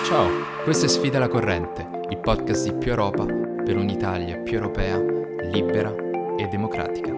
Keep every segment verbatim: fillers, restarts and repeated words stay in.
Ciao, questo è Sfida la Corrente, il podcast di Più Europa per un'Italia più europea, libera e democratica.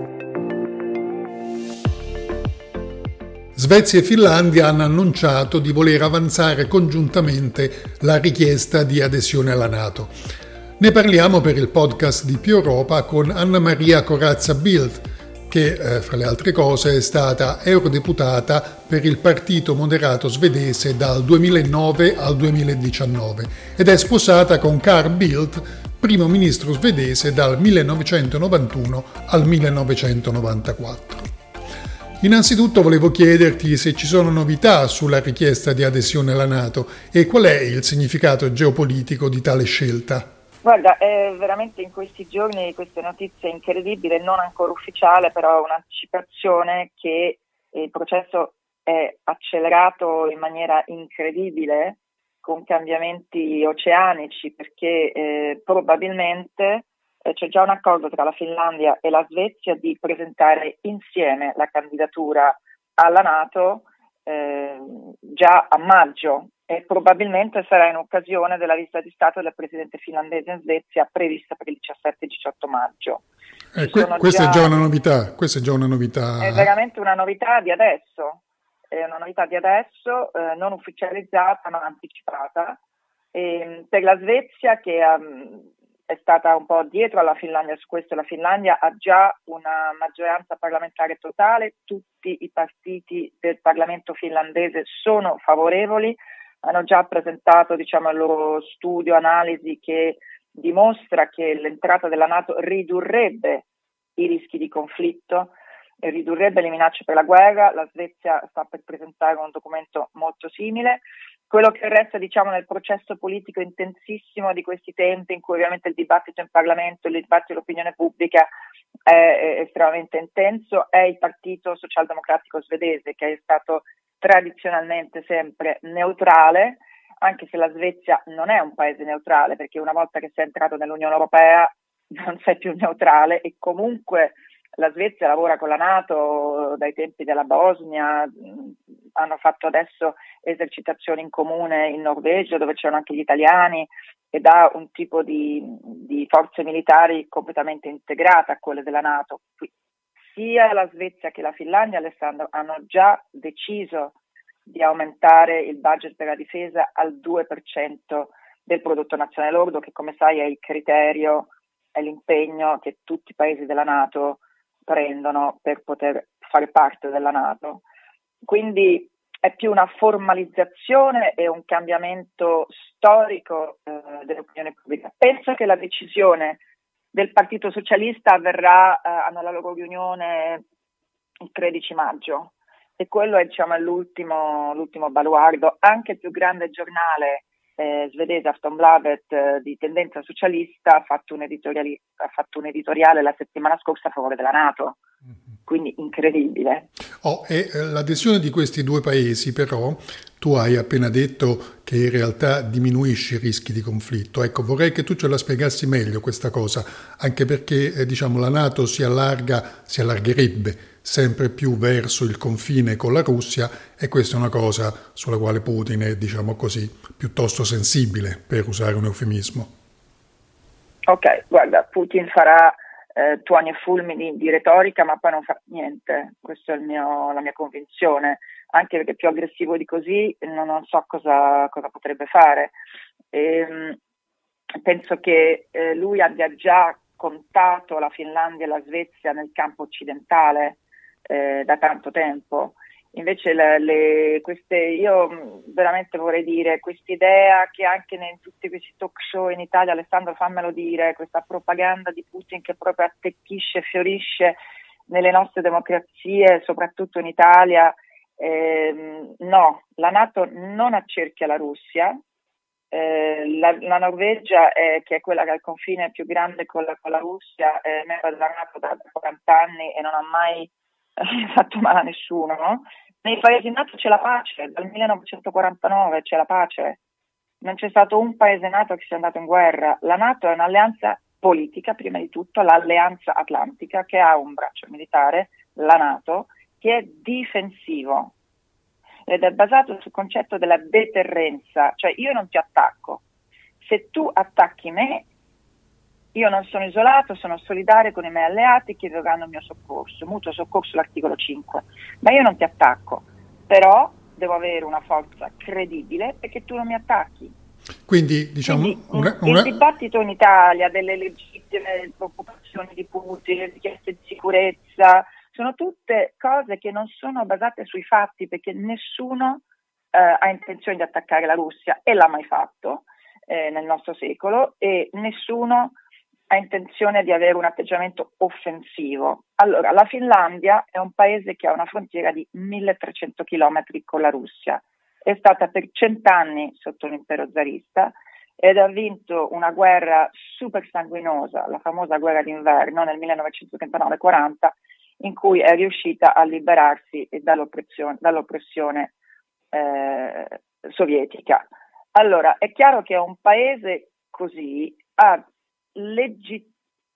Svezia e Finlandia hanno annunciato di voler avanzare congiuntamente la richiesta di adesione alla NATO. Ne parliamo per il podcast di Più Europa con Anna Maria Corazza Bildt, che eh, fra le altre cose è stata eurodeputata per il partito moderato svedese dal duemilanove al duemiladiciannove ed è sposata con Carl Bildt, primo ministro svedese dal millenovecentonovantuno al millenovecentonovantaquattro. Innanzitutto volevo chiederti se ci sono novità sulla richiesta di adesione alla NATO e qual è il significato geopolitico di tale scelta. Guarda, è veramente in questi giorni queste notizie incredibili, non ancora ufficiale, però un'anticipazione che il processo è accelerato in maniera incredibile con cambiamenti oceanici, perché eh, probabilmente eh, c'è già un accordo tra la Finlandia e la Svezia di presentare insieme la candidatura alla NATO eh, già a maggio. E probabilmente sarà in occasione della visita di Stato del presidente finlandese in Svezia prevista per il diciassette e diciotto maggio. Eh, que- questa già, è già una novità, questa è già una novità. È veramente una novità di adesso, è una novità di adesso, eh, non ufficializzata ma anticipata. E per la Svezia, che um, è stata un po' dietro alla Finlandia su questo, la Finlandia ha già una maggioranza parlamentare totale, tutti i partiti del Parlamento finlandese sono favorevoli. Hanno già presentato, diciamo, il loro studio, analisi che dimostra che l'entrata della NATO ridurrebbe i rischi di conflitto, ridurrebbe le minacce per la guerra. La Svezia sta per presentare un documento molto simile. Quello che resta, diciamo, nel processo politico intensissimo di questi tempi, in cui ovviamente il dibattito in Parlamento, il dibattito dell'opinione pubblica è, è estremamente intenso, è il Partito Socialdemocratico svedese, che è stato tradizionalmente sempre neutrale, anche se la Svezia non è un paese neutrale, perché una volta che sei entrato nell'Unione Europea non sei più neutrale, e comunque la Svezia lavora con la NATO dai tempi della Bosnia, hanno fatto adesso esercitazioni in comune in Norvegia dove c'erano anche gli italiani, ed ha un tipo di, di forze militari completamente integrate a quelle della NATO. Sia la Svezia che la Finlandia, Alessandro, hanno già deciso di aumentare il budget per la difesa al due per cento del prodotto nazionale lordo, che come sai è il criterio, è l'impegno che tutti i paesi della NATO prendono per poter fare parte della NATO. Quindi è più una formalizzazione e un cambiamento storico eh, dell'opinione pubblica. Penso che la decisione del Partito Socialista avverrà eh, alla loro riunione il tredici maggio, e quello è, diciamo, l'ultimo, l'ultimo baluardo. Anche il più grande giornale eh, svedese, Aftonbladet, eh, di tendenza socialista, ha fatto, un editoriali, ha fatto un editoriale la settimana scorsa a favore della NATO. Quindi incredibile. Oh, e l'adesione di questi due paesi, però, tu hai appena detto che in realtà diminuisce i rischi di conflitto. Ecco, vorrei che tu ce la spiegassi meglio questa cosa, anche perché eh, diciamo la NATO si allarga, si allargherebbe sempre più verso il confine con la Russia, e questa è una cosa sulla quale Putin è, diciamo così, piuttosto sensibile, per usare un eufemismo. Ok, guarda, Putin farà Eh, tuoni e fulmini di retorica, ma poi non fa niente. Questa è il mio, la mia convinzione, anche perché più aggressivo di così non, non so cosa, cosa potrebbe fare. E, penso che eh, lui abbia già contato la Finlandia e la Svezia nel campo occidentale eh, da tanto tempo. Invece le, le, queste, io veramente vorrei dire, quest'idea che anche in tutti questi talk show in Italia, Alessandro fammelo dire, questa propaganda di Putin che proprio attecchisce e fiorisce nelle nostre democrazie, soprattutto in Italia, eh, no, la NATO non accerchia la Russia, eh, la, la Norvegia, è, che è quella che ha il confine più grande con la, con la Russia, è membro della NATO da quaranta anni e non ha mai eh, fatto male a nessuno, no? Nei paesi NATO c'è la pace, dal millenovecentoquarantanove c'è la pace, non c'è stato un paese NATO che sia andato in guerra. La NATO è un'alleanza politica, prima di tutto, l'alleanza atlantica, che ha un braccio militare, la NATO, che è difensivo. ed è basato sul concetto della deterrenza, cioè io non ti attacco, se tu attacchi me, io non sono isolato, sono solidario con i miei alleati che dovranno il mio soccorso, mutuo soccorso l'articolo cinque, ma io non ti attacco, però devo avere una forza credibile perché tu non mi attacchi. Quindi, diciamo, Quindi, una, una... il dibattito in Italia delle legittime preoccupazioni di Putin, le richieste di sicurezza, sono tutte cose che non sono basate sui fatti, perché nessuno eh, ha intenzione di attaccare la Russia e l'ha mai fatto eh, nel nostro secolo, e nessuno ha intenzione di avere un atteggiamento offensivo. Allora, la Finlandia è un paese che ha una frontiera di milletrecento chilometri con la Russia, è stata per cent'anni sotto l'impero zarista ed ha vinto una guerra super sanguinosa, la famosa guerra d'inverno nel millenovecentotrentanove quaranta, in cui è riuscita a liberarsi dall'oppressione, dall'oppressione eh, sovietica. Allora, è chiaro che un paese così ha leggi-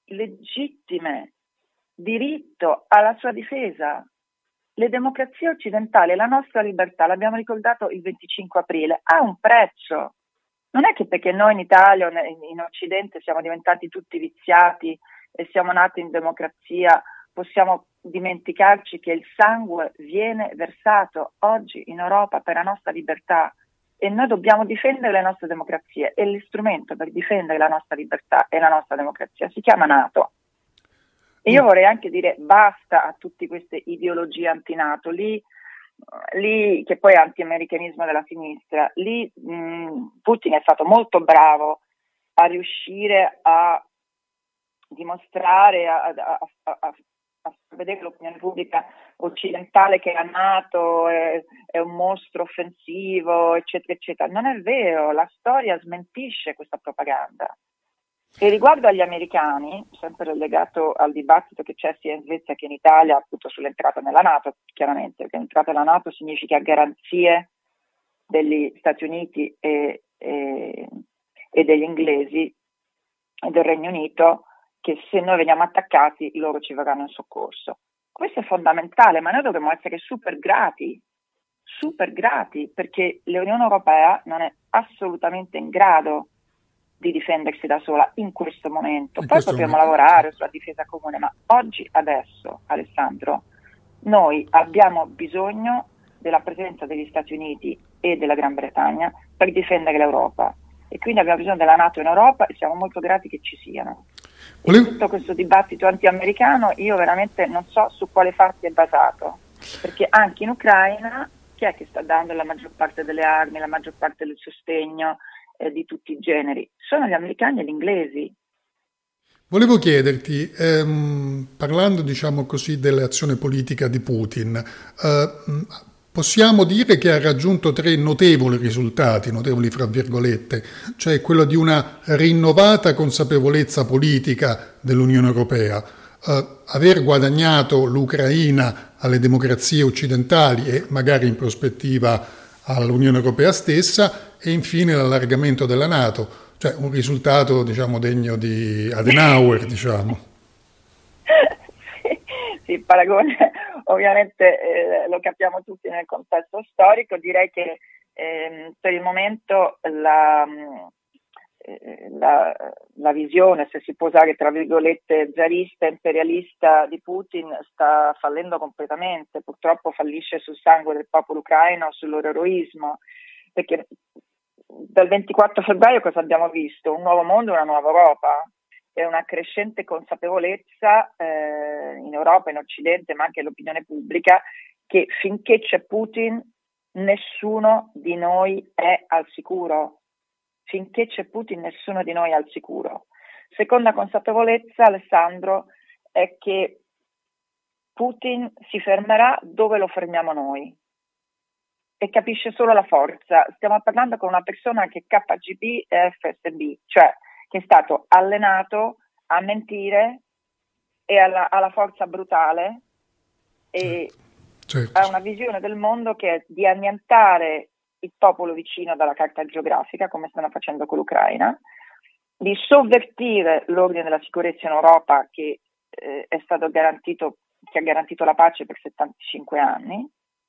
legittime diritto alla sua difesa. Le democrazie occidentali, la nostra libertà, l'abbiamo ricordato il venticinque aprile, ha un prezzo. Non è che perché noi in Italia o in Occidente siamo diventati tutti viziati e siamo nati in democrazia, possiamo dimenticarci che il sangue viene versato oggi in Europa per la nostra libertà e noi dobbiamo difendere le nostre democrazie, e l'istrumento per difendere la nostra libertà e la nostra democrazia si chiama NATO. E io vorrei anche dire basta a tutte queste ideologie anti-NATO, lì, lì che poi è anti-americanismo della sinistra, lì mh, Putin è stato molto bravo a riuscire a dimostrare, a, a, a, a, a vedere l'opinione pubblica occidentale che la NATO è, è un mostro offensivo, eccetera, eccetera. Non è vero, la storia smentisce questa propaganda. E riguardo agli americani, sempre legato al dibattito che c'è sia in Svezia che in Italia, appunto sull'entrata nella NATO, chiaramente, perché l'entrata nella NATO significa garanzie degli Stati Uniti e, e, e degli inglesi e del Regno Unito, che se noi veniamo attaccati loro ci verranno in soccorso. Questo è fondamentale, ma noi dovremmo essere super grati, super grati, perché l'Unione Europea non è assolutamente in grado di difendersi da sola in questo momento. In Poi questo potremo momento. lavorare sulla difesa comune, ma oggi, adesso, Alessandro, noi abbiamo bisogno della presenza degli Stati Uniti e della Gran Bretagna per difendere l'Europa, e quindi abbiamo bisogno della NATO in Europa e siamo molto grati che ci siano. E tutto questo dibattito anti-americano io veramente non so su quale fatti è basato, perché anche in Ucraina chi è che sta dando la maggior parte delle armi, la maggior parte del sostegno eh, di tutti i generi? Sono gli americani e gli inglesi. Volevo chiederti, ehm, parlando diciamo così dell'azione politica di Putin, eh, possiamo dire che ha raggiunto tre notevoli risultati, notevoli fra virgolette, cioè quello di una rinnovata consapevolezza politica dell'Unione Europea, eh, aver guadagnato l'Ucraina alle democrazie occidentali e magari in prospettiva all'Unione Europea stessa, e infine l'allargamento della NATO. Cioè un risultato, diciamo, degno di Adenauer, diciamo. Sì, sì, il paragone ovviamente eh, lo capiamo tutti nel contesto storico. Direi che eh, per il momento la, eh, la, la visione, se si può usare tra virgolette, zarista, imperialista di Putin sta fallendo completamente. Purtroppo fallisce sul sangue del popolo ucraino, sul loro eroismo, perché dal ventiquattro febbraio cosa abbiamo visto? Un nuovo mondo, una nuova Europa, e una crescente consapevolezza eh, in Europa, in Occidente, ma anche l'opinione pubblica, che finché c'è Putin nessuno di noi è al sicuro. Finché c'è Putin nessuno di noi è al sicuro. Seconda consapevolezza, Alessandro, è che Putin si fermerà dove lo fermiamo noi. E capisce solo la forza. Stiamo parlando con una persona che è K G B e F S B, cioè che è stato allenato a mentire e alla, alla forza brutale, e certo. ha una visione del mondo che è di annientare il popolo vicino dalla carta geografica, come stanno facendo con l'Ucraina, di sovvertire l'ordine della sicurezza in Europa che eh, è stato garantito, che ha garantito la pace per settantacinque anni,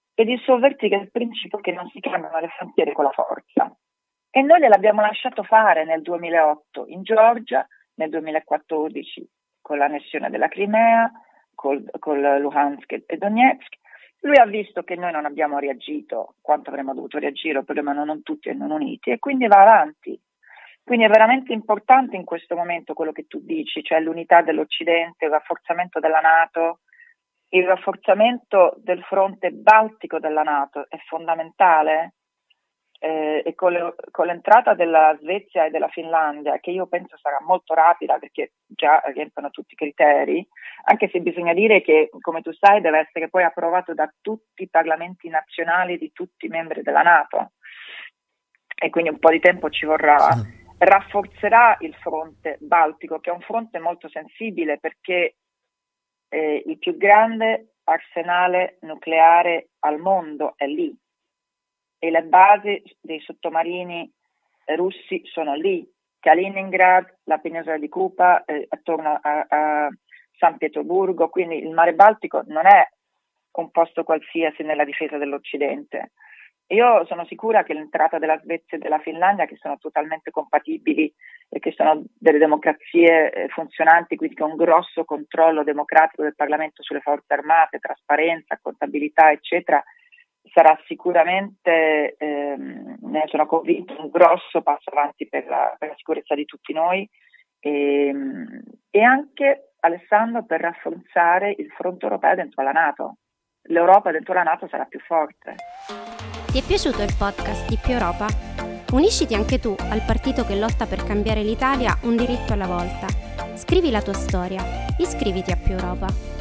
e di sovvertire il principio che non si cambiano le frontiere con la forza. E noi gliel'abbiamo lasciato fare nel duemilaotto in Georgia, nel duemilaquattordici con l'annessione della Crimea, col, col Luhansk e Donetsk. Lui ha visto che noi non abbiamo reagito quanto avremmo dovuto reagire, o perlomeno non tutti e non uniti, e quindi va avanti. Quindi è veramente importante in questo momento quello che tu dici, cioè l'unità dell'Occidente, il rafforzamento della NATO, il rafforzamento del fronte baltico della NATO è fondamentale. Eh, e con, le, con l'entrata della Svezia e della Finlandia, che io penso sarà molto rapida perché già riempiono tutti i criteri, anche se bisogna dire che, come tu sai, deve essere poi approvato da tutti i parlamenti nazionali di tutti i membri della NATO, e quindi un po' di tempo ci vorrà. Sì. Rafforzerà il fronte baltico, che è un fronte molto sensibile perché eh, il più grande arsenale nucleare al mondo è lì, e le basi dei sottomarini russi sono lì, Kaliningrad, la penisola di Kupa, eh, attorno a, a San Pietroburgo, quindi il mare Baltico non è un posto qualsiasi nella difesa dell'Occidente. Io sono sicura che l'entrata della Svezia e della Finlandia, che sono totalmente compatibili e che sono delle democrazie eh, funzionanti, quindi con un grosso controllo democratico del Parlamento sulle forze armate, trasparenza, contabilità, eccetera, sarà sicuramente, ehm, ne sono convinto, un grosso passo avanti per la, per la sicurezza di tutti noi e, e anche, Alessandro, per rafforzare il fronte europeo dentro la NATO. L'Europa dentro la NATO sarà più forte. Ti è piaciuto il podcast di Più Europa? Unisciti anche tu al partito che lotta per cambiare l'Italia un diritto alla volta. Scrivi la tua storia, iscriviti a Più Europa.